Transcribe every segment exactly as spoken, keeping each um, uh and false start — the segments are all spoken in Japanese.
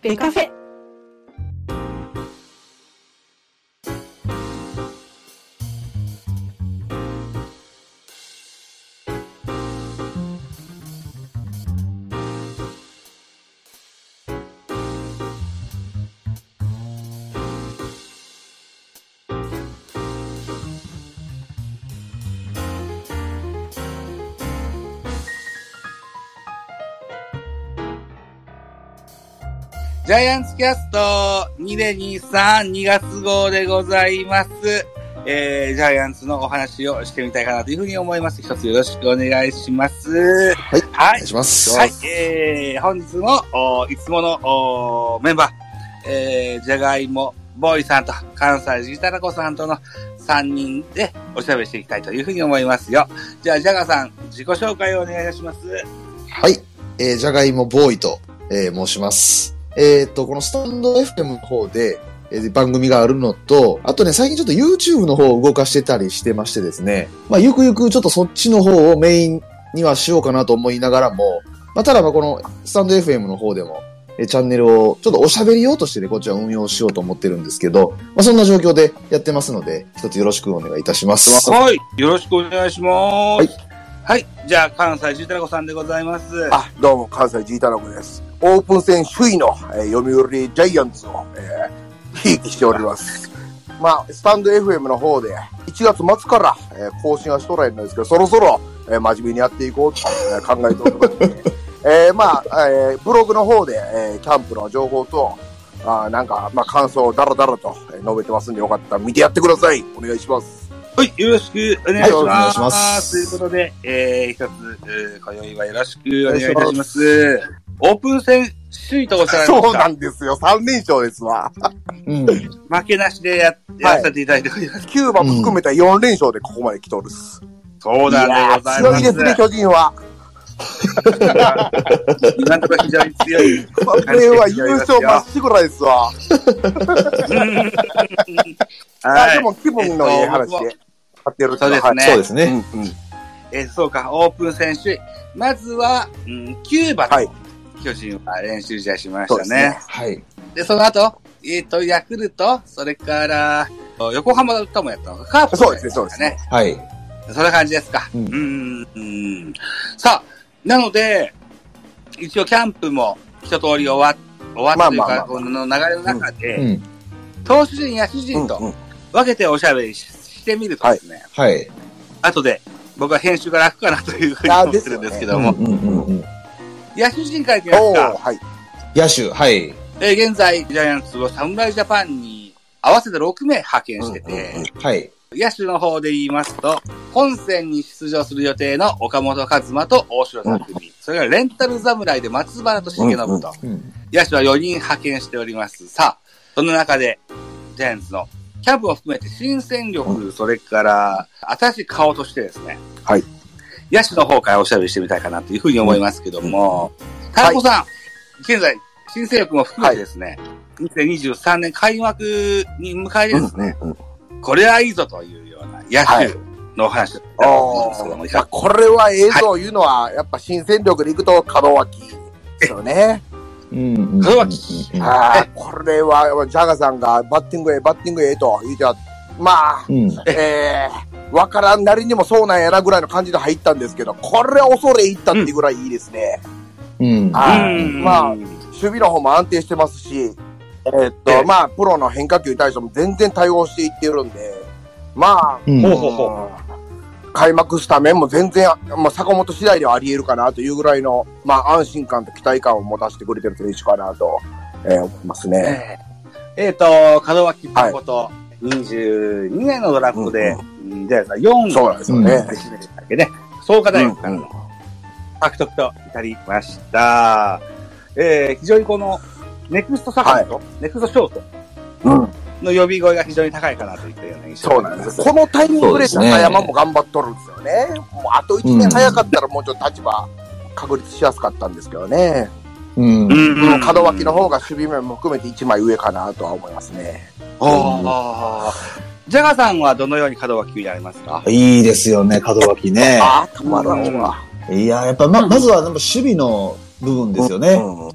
ベカフェ。 ジャイアンツキャストにせんにじゅうさん にがつ号でございます。えー、ジャイアンツのお話をしてみたいかなというふうに思います。一つよろしくお願いします。 はい。はい、お願いします。 はい。えー、本日も、おいつものおメンバー、えー、じゃがいもボーイさんと関西ジータラコさんとのさんにんでおしゃべりしていきたいというふうに思いますよ。じゃあ、ジャガさん、自己紹介をお願いいたします。 はい。えー、じゃがいもボーイと、えー、申します。えっと、このスタンド エフエム の方で、えー、番組があるのと、あとね、最近ちょっと YouTube の方を動かしてたりしてましてですね、まあ、ゆくゆくちょっとそっちの方をメインにはしようかなと思いながらも、まあ、ただまあこのスタンド エフエム の方でも、えー、チャンネルをちょっとおしゃべり用としてね、こっちは運用しようと思ってるんですけど、まあ、そんな状況でやってますので、一つよろしくお願いいたします。 はい。よろしくお願いします。はい。はい。じゃあ、関西ジータラコさんでございます。 あ、どうも、関西ジータラコです。オープン戦首位の、えー、読売ジャイアンツを、えー、ひいきしております。まあ、スタンド エフエム の方で、いちがつ末から、えー、更新はしとらへんのですけど、そろそろ、えー、真面目にやっていこうと、えー、考えておりますので、えー、まあ、えー、ブログの方で、えー、キャンプの情報と、あなんか、まあ、感想をダラダラと、えー、述べてますんで、よかったら見てやってください。お願いします。 はい、よろしくお願いします。はい、お願いします。 ということで、えー、一つ、えー、今宵はよろしくお願いいたします。オープン戦首位とおっしゃられました。 そうなんですよ。さん連勝ですわ。 うん、 負けなしでや、やらせていただいております。 きゅうばんも含めたよん連勝でここまで来とるっす。 そうなんでございます。 強いですね、巨人は。 今のところ非常に強い。 これは優勝まっしぐらですわ。あ、でも気分のいい話で。勝ってるそうですね。 そうですね。 うんうん、 えー、そうか、オープン戦首位。まずは、うん、きゅうばんと、はい、巨人は練習試合しましたね。ね、 はい。 で、その後、えっ、ー、と、ヤクルト、それから、横浜ともやったのか、カープそうですね、そうですね。 はい。 そんな感じですか。うん。うんうんさあ、なので、一応キャンプも一通り終わ、終わったというか、この流れの中で、うん、投手陣、野手陣と分けておしゃべり し,、うんうん、してみるとですね、 はい。はい、 後で僕は編集が楽かなというふうに思ってるんですけども、ねうんうんうん、野手陣からいきますか。 はい。 野手、はい。 えー、現在、ジャイアンツは侍ジャパンに合わせてろくめい派遣してて、うんうんうん、 はい。 野手の方で言いますと、本戦に出場する予定の岡本和真と大城拓実、うん、それからレンタル侍で松原と重信と、うんうん、野手はよにん派遣しております。さあ、その中で、ジャイアンツのキャンプを含めて新戦力、うん、それから新しい顔としてですね、 はい。 野手の方からおしゃべりしてみたいかなというふうに思いますけども、タラコさん、はい、現在、新戦力も含めてですね、はい、にせんにじゅうさんねん開幕に向かいですね、うんうんこれはいいぞというような野手のお話だと思うんですけども、はい、 いやこれはええぞいうのは、はい、やっぱ新戦力でいくと門脇ですよね。 門脇。 ああ、これはジャガさんがバッティングええバッティングええと言うては、まあ、うん、えー、わからんなりにもそうなんやなぐらいの感じで入ったんですけど、これは恐れ入ったっていうぐらいいいですね。 うん。 あまあ、守備の方も安定してますし、えー、っと、えー、まあ、プロの変化球に対しても全然対応していってるんで、まあ、 うん、 ほうほうほう開幕した面も全然、まあ、坂本次第ではあり得るかなというぐらいの、まあ、安心感と期待感を持たせてくれてる選手かなと、えー、思いますね。 えー、えー、と、門脇ってこと、はい、にじゅうにねんのドラフトで、うん、じゃあよんそうなんですよね。 だけね、創価大学からの獲得と至りました。えー、非常にこの、ネクストサカンド、はい、ネクストショートの呼び声が非常に高いかなといったような印象、 そうなんです。このタイミングで中山も頑張っとるんですよね。もうあといちねん早かったらもうちょっと立場確立しやすかったんですけどね。 うん。 うん、門脇の方が守備面も含めていちまい上かなとは思いますね。 ああ。ジャガさんはどのように門脇球やりますか？ いいですよね、門脇ね。 ああ、たまらんわ。 いや、やっぱま、まずは守備の部分ですよね。 う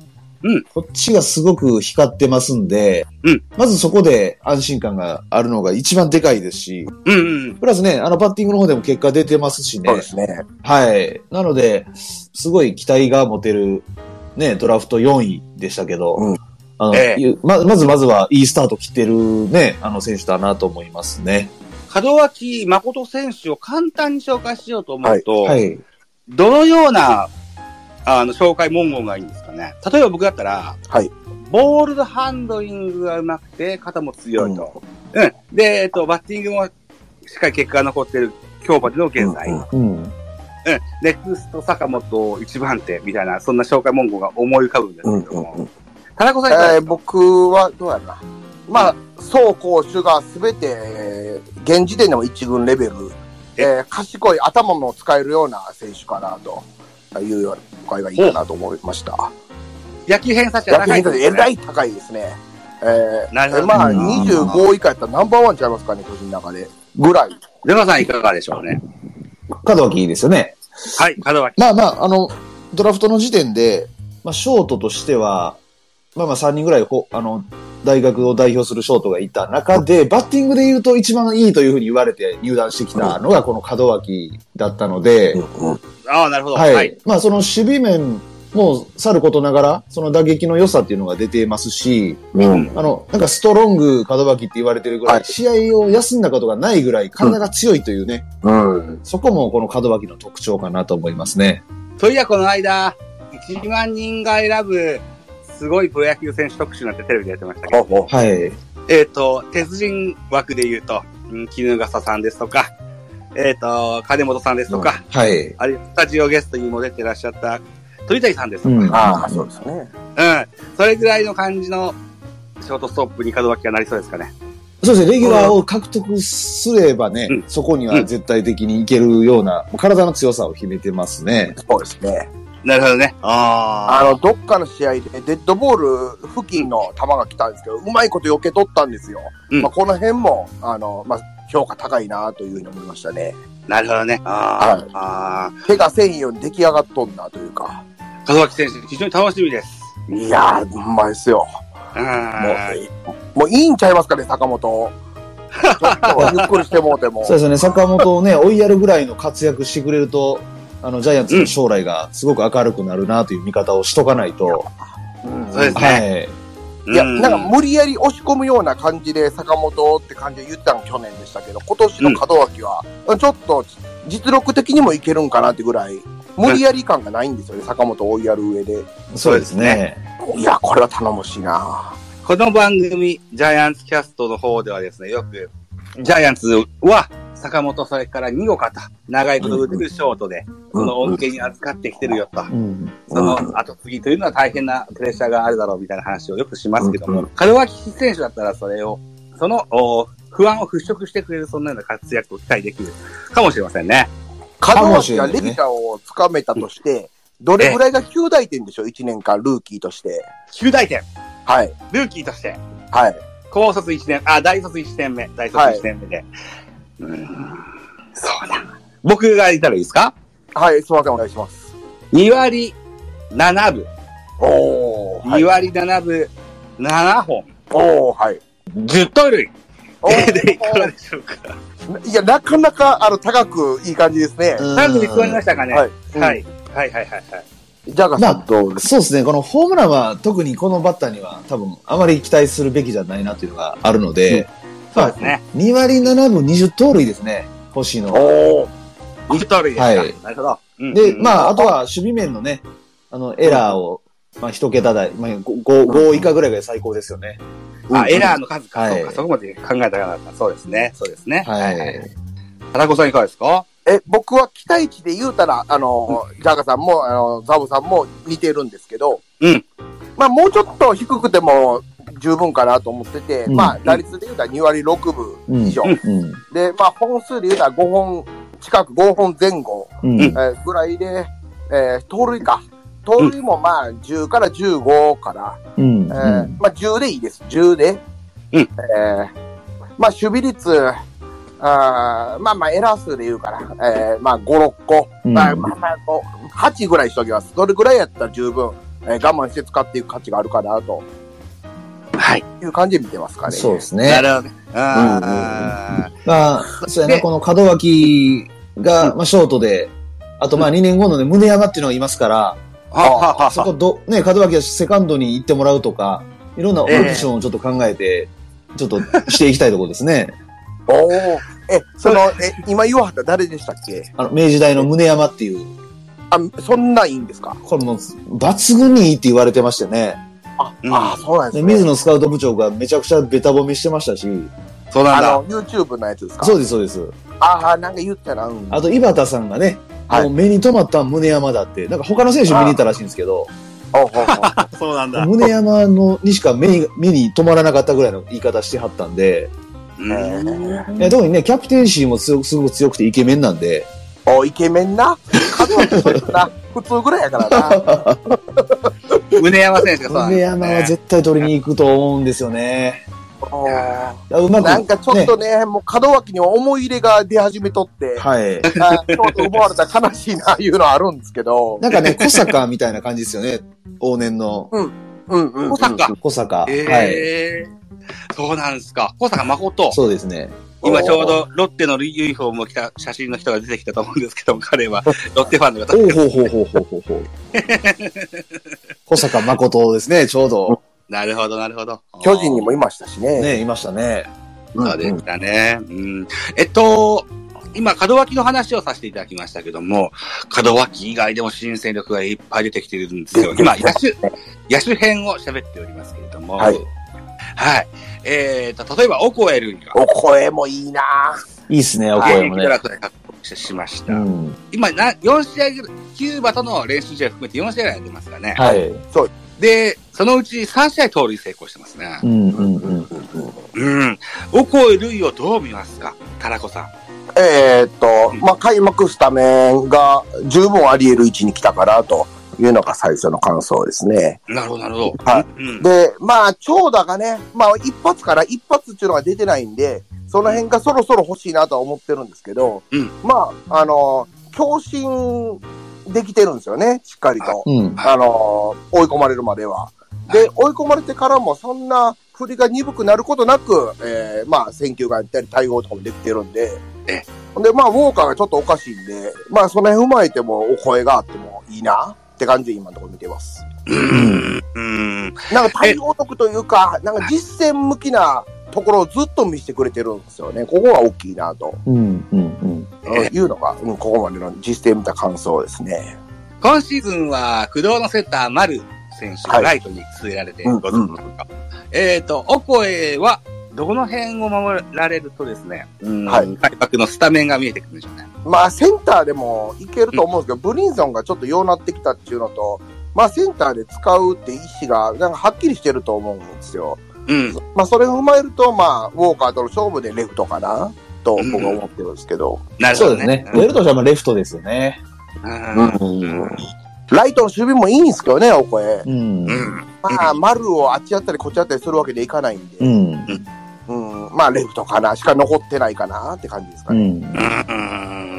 うん。 こっちがすごく光ってますんで、 うん。 まずそこで安心感があるのが一番でかいですし、 うんうん。 プラスね、あの、バッティングの方でも結果出てますしね。 そうですね。 はい。なので、すごい期待が持てる、ね、ドラフトよんいでしたけど、うん、あの、ええ、ま、まずまずはいいスタート切ってるね、あの選手だなと思いますね。 門脇誠選手を簡単に紹介しようと思うと、 はいはい、 どのような、あの、紹介文言がいいんですかね。例えば僕だったら、 はい、 ボールドハンドリングが上手くて、肩も強いと。うん。うん、で、えっと、バッティングもしっかり結果が残ってる京橋の現在。うん。うん。ネクスト坂本一番手みたいな、そんな紹介文言が思い浮かぶんですけども。うんうんうん、田中さんいかがですか？ えー、僕はどうやろな。まあ、走攻守がすべて、現時点でも一軍レベル、えー、賢い頭も使えるような選手かなというような誤解がいいかなと思いました。 野球偏差値は高いですね。 野球偏差値えらい高いですね。えー、 なるほど。 まあ、にじゅうご以下やったらナンバーワンちゃいますかね、巨人の中で。ぐらい。 レマさんいかがでしょうね。 門脇ですよね。 はい、門脇。 まあまあ、あの、ドラフトの時点で、まあ、ショートとしては、まあまあさんにんぐらいほ、あの、大学を代表するショートがいた中で、バッティングで言うと一番いいというふうに言われて入団してきたのがこの門脇だったので、 うんうん、ああ、なるほど。 はい。はい、まあその守備面もさることながら、その打撃の良さっていうのが出てますし、うん、あの、なんかストロング門脇って言われてるぐらい、はい、試合を休んだことがないぐらい体が強いというね、うんうん、そこもこの門脇の特徴かなと思いますね。 そういや、この間、いちまんにんが選ぶ、すごいプロ野球選手特集なんてテレビでやってましたけど。 はい。 えっと、鉄人枠で言うと、衣笠さんですとか、えっと、金本さんですとか、 はい。 あるいはスタジオゲストにも出てらっしゃった鳥谷さんですとか。うん、 ああ、そうですね。 うん。それぐらいの感じのショートストップに門脇がなりそうですかね。 そうですね。レギュラーを獲得すればね、うん、そこには絶対的にいけるような、うん、体の強さを秘めてますね。 そうですね。 なるほどね。ああの、どっかの試合でデッドボール付近の球が来たんですけど、うまいこと避け取ったんですよ。うん、まあ、この辺も、あの、まあ、評価高いなというふうに思いましたね。 なるほどね。あ、はい、あ手がせんように出来上がっとんだというか。 門脇選手、非常に楽しみです。 いやー、ほんまですよ。もう、もういいんちゃいますかね、坂本。ちょっとゆっくりしてもうても。 そうですね、坂本をね、追いやるぐらいの活躍してくれると、あの、ジャイアンツの将来がすごく明るくなるなという見方をしとかないと。 うん、そうですね。 はい。いや、なんか無理やり押し込むような感じで坂本って感じで言ったの去年でしたけど、今年の門脇は、ちょっと実力的にもいけるんかなってぐらい、無理やり感がないんですよね、坂本を追いやる上で。 そうですね。 いや、これは頼もしいな。 この番組、ジャイアンツキャストの方ではですね、よく、ジャイアンツは、坂本、それから二岡と、長いこと打てるショートで、うん、その恩恵に預かってきてるよと、うん、その後継ぎというのは大変なプレッシャーがあるだろうみたいな話をよくしますけども、うん、門脇選手だったらそれを、その不安を払拭してくれるそんなような活躍を期待できるかもしれませんね。 門脇がレギュラーをつかめたとして、どれぐらいがきゅう大点でしょう ?いち 年間ルーキーとして。 きゅう大点。 はい。 ルーキーとして。 はい。 高卒いちねん、あ、大卒いちねんめ、大卒いちねんめで。はい、うん、そうだ。僕がいたらいいですか？ はい、すみません、お願いします。 に割ななぶ。 おー。 に割ななぶ、ななほん。 おー、はい。 じゅっ盗塁。で、いかがでしょうか？ いや、なかなか、あの、高くいい感じですね。 高く見つかりましたかね？はい。うん、はい。はいはいはいはい。 じゃあ、まあ、どうですか？ そうですね。このホームランは特にこのバッターには多分あまり期待するべきじゃないなというのがあるので、うん、 そうですね。 に割ななぶにじゅっ盗塁ですね。欲しいのは。 おー。にじゅっ盗塁ですか。はい。なるほど。 うん、で、まあ、あとは守備面のね、あの、エラーを、まあ、一桁台、まあ、ご、ご以下ぐらいが最高ですよね。 あ、うん、エラーの数か。はい、そうか、そこまで考えたらなかった。そうですね。そうですね。 はい。 田中さんいかがですか？ え、僕は期待値で言うたら、あの、うん、ジャーガさんも、あの、ザボさんも似てるんですけど、 うん。 まあ、もうちょっと低くても十分かなと思ってて、うん、まあ、打率で言うたらに割ろくぶ以上。うんうん、で、まあ、本数で言うたらごほん近く、ごほんぜん後、うんえー、ぐらいで、えー、盗塁か。盗塁もまあ、じゅうからじゅうごから、うんえー、まあ、じゅうでいいです。じゅうで。 うん、 えー、まあ、守備率、あまあまあ、エラー数で言うから、えー、まあ、ご、ろっこ。うん、まあまあ、はちぐらいしときます。それぐらいやったら十分、 えー、我慢して使っていく価値があるかなと。 はい。 いう感じで見てますかね。 そうですね。 なるほどね。あうん、まあ、そうやな、この門脇が、まあ、ショートで、あとまあにねんごのね、宗山っていうのがいますから、あそこど、ね、門脇はセカンドに行ってもらうとか、いろんなオプションをちょっと考えて、えー、ちょっとしていきたいところですね。 おー。え、その、え、今言わはった誰でしたっけ？ あの、明治大の宗山っていう。 あ、そんないいんですか？ これもう、抜群にいいって言われてましてね。 あ、うん、あ、そうなんですね。 水野スカウト部長がめちゃくちゃベタ褒めしてましたし。 そうなんだ。 あの、YouTube のやつですか？ そうです、そうです。 ああ、なんか言ったな。うん、 あと、井端さんがね、はい、もう目に留まった宗山だって、なんか他の選手見に行ったらしいんですけど。 そうなんだ。 宗山のにしか目に、目に留まらなかったぐらいの言い方してはったんで。 うん、 いや特にね、キャプテンシーもすごく、すごく強くてイケメンなんで。 お、イケメンな。門脇そうですな。普通ぐらいやからな。 宗山選手がそうなんですね。宗山は絶対取りに行くと思うんですよね。 うまくなんかちょっとね、ねもう門脇には思い入れが出始めとって、 はい。 ちょっと奪われたら悲しいな、いうのはあるんですけど。 なんかね、小坂みたいな感じですよね。往年の。 うん。うんうん、うん。 小坂。 小坂。 えー、はい。そうなんですか。小坂誠。 そうですね。 今ちょうどロッテのユニフォームを着た写真の人が出てきたと思うんですけども、彼はロッテファンの方です。ほうほうほうほうほうほう。小坂誠ですね、ちょうど。 なるほど、なるほど。 巨人にもいましたしね。 ね、いましたね。 そうでしたね。うん。えっと、今、門脇の話をさせていただきましたけども、門脇以外でも新戦力がいっぱい出てきているんですよ。今、野手、野手編を喋っておりますけれども。 はい。 はい。えーと、例えば、オコエルイが。 オコエもいいなぁ。 いいっすね、オコエもね。 ドラフトで獲得しました。うん、今な、よん試合ぐらい、キューバとの練習試合含めてよん試合ぐらいやってますかね。 はい。 そう。 で、そのうちさん試合盗塁成功してますね。 うんうんうん。 うん。オコエルイをどう見ますか、タラコさん。 えー、っと、まあ、開幕スタメンが十分あり得る位置に来たかなというのが最初の感想ですね。 なるほど、なるほど。 はい。うん、で、まあ、長打がね、まあ、一発から一発っていうのが出てないんで、その辺がそろそろ欲しいなとは思ってるんですけど、うん、まあ、あの、強振できてるんですよね、しっかりと。うん、あの、追い込まれるまでは。で、追い込まれてからもそんな振りが鈍くなることなく、えー、まあ、選球がやったり対応とかもできてるんで、えで、まあ、ウォーカーがちょっとおかしいんで、まあ、その辺踏まえてもお声があってもいいなって感じで今のところ見てます。うん。うん。なんか対応力というか、なんか実践向きなところをずっと見せてくれてるんですよね。ここが大きいなと。うん、うん、うん。いうのが、うん、ここまでの実践見た感想ですね。 今シーズンは、不動のセッター、丸選手がライトに据えられて、ご存知ですか？えっと、オコエは、どの辺を守られるとですね、うん、はい。開幕のスタメンが見えてくるんでしょうね。 まあ、センターでもいけると思うんですけど、うん、ブリンソンがちょっと弱なってきたっていうのと、まあ、センターで使うって意思が、なんかはっきりしてると思うんですよ。うん。まあ、それを踏まえると、まあ、ウォーカーとの勝負でレフトかな、と僕は思ってるんですけど。 うん、なるほどね。そうですね。ウェルトはレフトですよね。 うん。うん、ライトの守備もいいんですけどね、お声。うん。まあ、丸をあっちやったりこっちやったりするわけでいかないんで。うん。うん、まあ、レフトかなしか残ってないかなって感じですかね。うん。うん。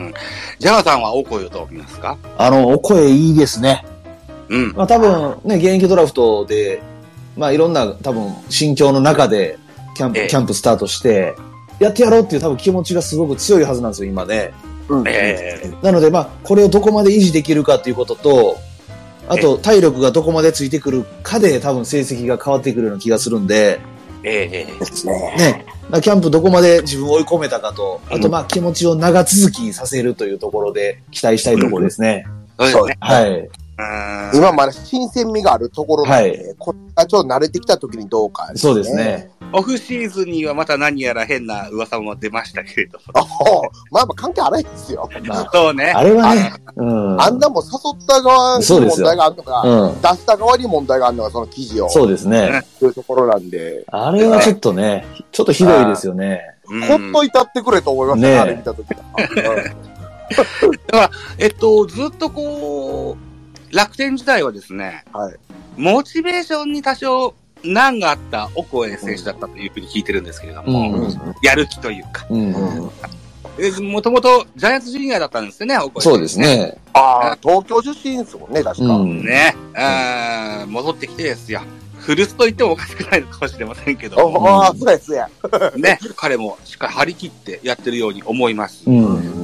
ジャガさんはオコエをどう見ますか？ あの、オコエいいですね。うん。まあ、多分ね、現役ドラフトで、まあ、いろんな多分心境の中でキャンプ、ええ、キャンプスタートして、やってやろうっていう多分気持ちがすごく強いはずなんですよ、今ね。うん。ええ。なので、まあ、これをどこまで維持できるかっていうことと、あと、体力がどこまでついてくるかで多分成績が変わってくるような気がするんで、ええですね。ね。まあ、キャンプどこまで自分を追い込めたかと、あとまあ気持ちを長続きさせるというところで期待したいところですね。 うん、そうですね。 はい。 今まだ新鮮味があるところなので、はい、これがちょっと慣れてきた時にどうか、ね。 そうですね。 オフシーズンにはまた何やら変な噂も出ましたけれども。 まあまあ関係あらないですよ。 まあ、そうね。 あれはね。 あ,、うん、あんなも誘った側に問題があるのか、うん、出した側に問題があるのか、その記事を。 そうですね。 というところなんで。 あれはちょっとね、ちょっとひどいですよね。 ほっといたってくれと思いましたね、あれ見たときは。 だから、えっと、ずっとこう、楽天時代はですね、はい、モチベーションに多少難があったオコエ選手だったというふうに聞いてるんですけれども、うん、やる気というか、うん、 え、もともとジャイアンツジュニアだったんですよね、 そうですね。 ああ、東京出身ですもんね、確か。 うん、ね、うん、戻ってきてですよ。古巣と言ってもおかしくないのかもしれませんけど。 ああ、そうや、そうや。 ね、彼もしっかり張り切ってやってるように思います。 うん、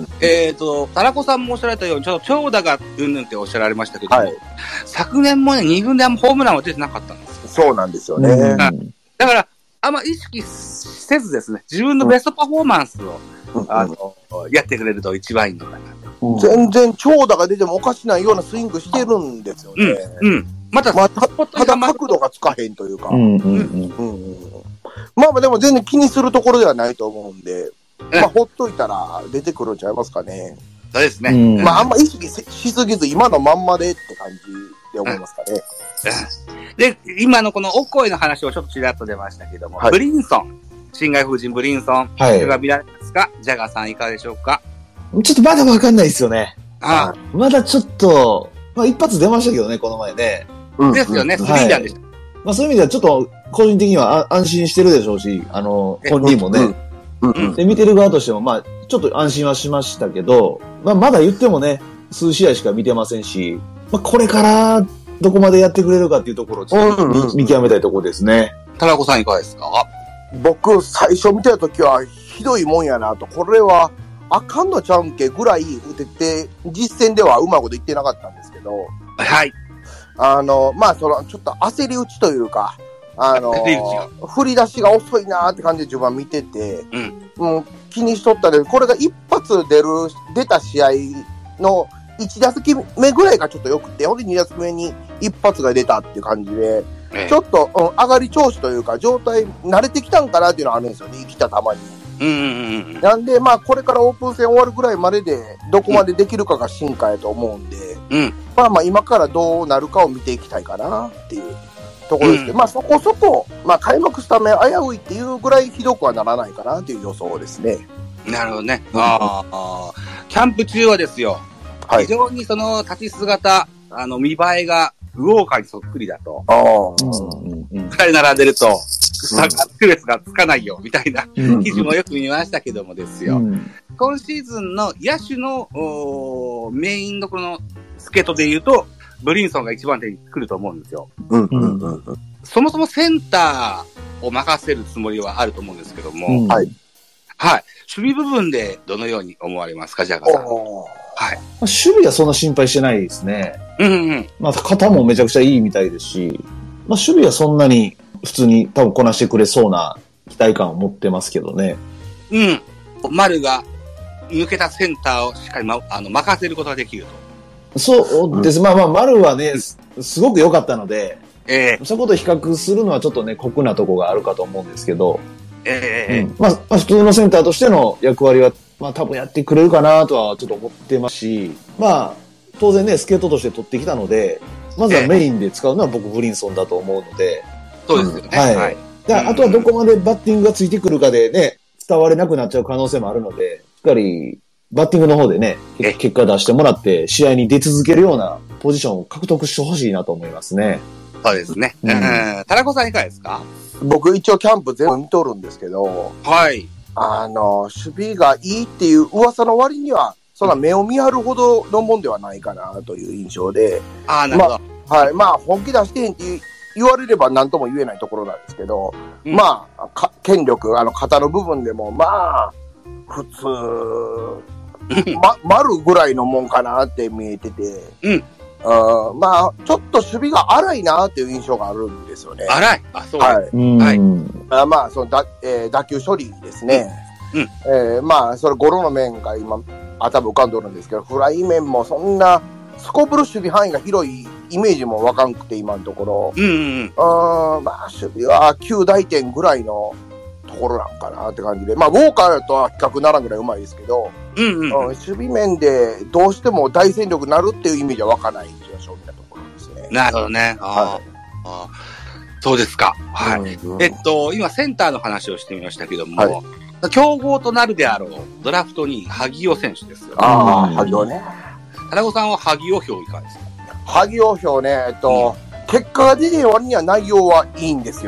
えっと、田中さんもおっしゃられたように、ちょっと長打がうんぬんっておっしゃられましたけど、 はい、 昨年もね、に軍であんまホームランは出てなかったんですよ。そうなんですよね。うん、 だから、あんま意識せずですね、自分のベストパフォーマンスを、うん、あの、やってくれると一番いいのかな。 うん、全然長打が出てもおかしないようなスイングしてるんですよね。 うん。うん、また、 まあ、た、ただ角度がつかへんというか。うんうんうん、まあまあでも全然気にするところではないと思うんで、まあほっといたら出てくるんちゃいますかね。 そうですね。 うん、まああんま意識しすぎず今のまんまでって感じで思いますかね。 で、今のこのオコエの話をちょっとちらっと出ましたけども、はい、ブリンソン、新外国人ブリンソン、はい、それが見られますか？ジャガーさんいかがでしょうか？ ちょっとまだわかんないですよね。 ああまだちょっと、まあ一発出ましたけどね、この前ね。 うん、ですよね、スリーランでした。はい、 まあそういう意味ではちょっと個人的には安心してるでしょうし、あの、本人もね。うんうん、で、見てる側としても、まあちょっと安心はしましたけど、まあまだ言ってもね、数試合しか見てませんし、まあこれからどこまでやってくれるかっていうところをちょっと 見,、うんうん、見極めたいところですね。 田中さんいかがですか？ 僕、最初見てたときはひどいもんやなと、これはあかんのちゃうんけぐらい打てて、実戦ではうまいこと言ってなかったんですけど、 はい。 あの、まあ、その、ちょっと焦り打ちというか、あの、振り出しが遅いなーって感じで自分は見てて、うん、うん、気にしとったで、これが一発出る、出た試合のいち打席目ぐらいがちょっと良くて、ほんでに打席目に一発が出たっていう感じで、ええ、ちょっと、うん、上がり調子というか、状態慣れてきたんかなっていうのはあるんですよね、生きた球に。 うんうんうん、 なんで、まあ、これからオープン戦終わるぐらいまでで、どこまでできるかが進化やと思うんで、うん、まあまあ、今からどうなるかを見ていきたいかなっていうところですけど、うん、まあ、そこそこ、まあ、開幕スタメン危ういっていうぐらいひどくはならないかなっていう予想ですね。 なるほどね。ああ、キャンプ中はですよ、はい、非常にその立ち姿、あの、見栄えが、ウォーカーにそっくりだと。ああ。二人並んでると、区別がつかないよ、みたいな記事もよく見ましたけどもですよ。うん、今シーズンの野手のメインのこの助っ人で言うと、ブリンソンが一番手に来ると思うんですよ。うんうんうん、そもそもセンターを任せるつもりはあると思うんですけども、うん、はい。はい。守備部分でどのように思われますか、ジャガーさん。はい。 守備はそんな心配してないですね。うんうん。まあ、肩もめちゃくちゃいいみたいですし、まあ、守備はそんなに普通に多分こなしてくれそうな期待感を持ってますけどね。 うん。丸が抜けたセンターをしっかり、ま、あの任せることができると。そうです。うん、まあまあ、丸はね、すごく良かったので、ええー。そういうことを比較するのはちょっとね、酷なとこがあるかと思うんですけど、ええー。うん。まあ、まあ、普通のセンターとしての役割は、まあ多分やってくれるかなとはちょっと思ってますし、まあ当然ね、スケートとして取ってきたので、まずはメインで使うのは僕ブリンソンだと思うので。 そうですよね。 うん、はい。はい、で、あとはどこまでバッティングがついてくるかでね、伝われなくなっちゃう可能性もあるので、しっかりバッティングの方でね、結果出してもらって試合に出続けるようなポジションを獲得してほしいなと思いますね。 そうですね。うん。田中さんいかがですか？ 僕一応キャンプ全部見とるんですけど、はい。あの、守備がいいっていう噂の割には、そんな目を見張るほどのもんではないかなという印象で。ああ、なるほど。まあ、はい。まあ、本気出してへんって言われれば何とも言えないところなんですけど、うん、まあか、権力、あの、肩の部分でも、まあ、普通、ま、丸ぐらいのもんかなって見えてて、うん。あまあ、ちょっと守備が荒いなっていう印象があるんですよね。 荒いあ、そうはい。はい。あまあ、そのだ、えー、打球処理ですね。うん。えー、まあ、それゴロの面が今、頭浮かんでおるんですけど、フライ面もそんな、すこぶる守備範囲が広いイメージもわかんくて、今のところ。うんうんうん。あまあ、守備はきゅう大点ぐらいのところなんかなって感じで。まあ、ウォーカーとは比較ならんぐらいうまいですけど、うんうん、うん。守備面でどうしても大戦力になるっていうイメージはわかない気がしょうみたいなところですね。 なるほどね。あ、はい、あ。そうですか。はい、うんうん。えっと、今センターの話をしてみましたけども、はい、競合となるであろうドラフトに萩尾選手ですよね。 ああ、萩尾ね。 田中さんは萩尾票いかがですか？ 萩尾票ね、えっと、うん、結果が出てる割には内容はいいんですよ。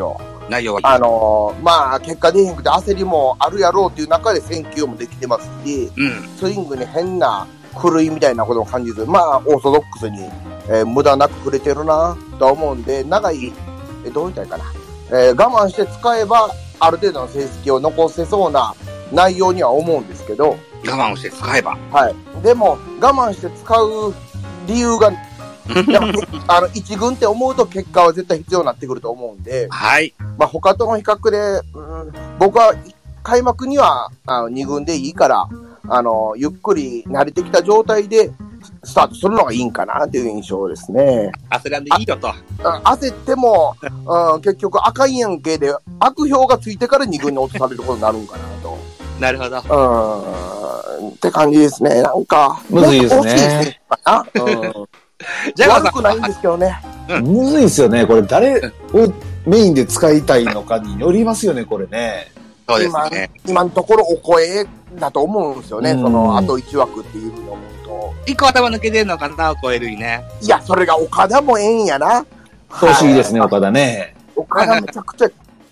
内容は。 あのー、まあ、結果出へんくて焦りもあるやろうっていう中で選球もできてますし、うん、スイングに変な狂いみたいなことを感じず、まあ、オーソドックスに、えー、無駄なく触れてるなと思うんで、長い、えどう言いたいかな、えー、我慢して使えば、ある程度の成績を残せそうな内容には思うんですけど、 我慢をして使えば。 はい。でも、我慢して使う理由が、あの、一軍って思うと結果は絶対必要になってくると思うんで、 はい。 まあ、他との比較で、うん、僕は開幕には、あの、二軍でいいから、あの、ゆっくり慣れてきた状態で、スタートするのがいいんかなっていう印象ですね。 焦らんでいいよと。 焦っても、うん、結局赤いやんけで悪評がついてから二軍に落とされることになるんかなと。 なるほど。 うん、って感じですね。なんか。 むずいですね。 あ、うん。じゃあ悪くないんですけどね。 うん、むずいですよね。これ誰をメインで使いたいのかによりますよね、これね。 そうですね。 今、今のところお声だと思うんですよね。その、あといち枠っていうふうに思うと。 一個頭抜けてんのかな、超えるにね。 いや、それが岡田もええんやな。 不思議ですね、岡田ね。 岡田めちゃくちゃ。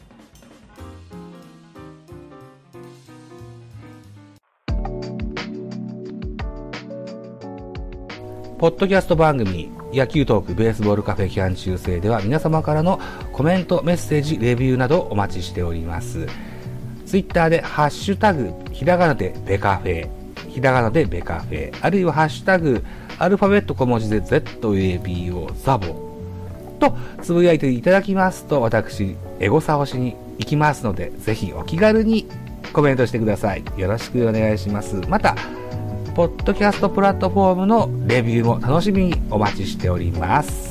ポッドキャスト番組野球トークベースボールカフェ期間中制では皆様からのコメント、メッセージ、レビューなどお待ちしております。ツイッターでハッシュタグひらがなでベカフェ、ひらがなでベカフェ、あるいはハッシュタグアルファベット小文字で ゼットエービーオー ザボとつぶやいていただきますと私エゴサをしに行きますので、ぜひお気軽にコメントしてください。よろしくお願いします。またポッドキャストプラットフォームのレビューも楽しみにお待ちしております。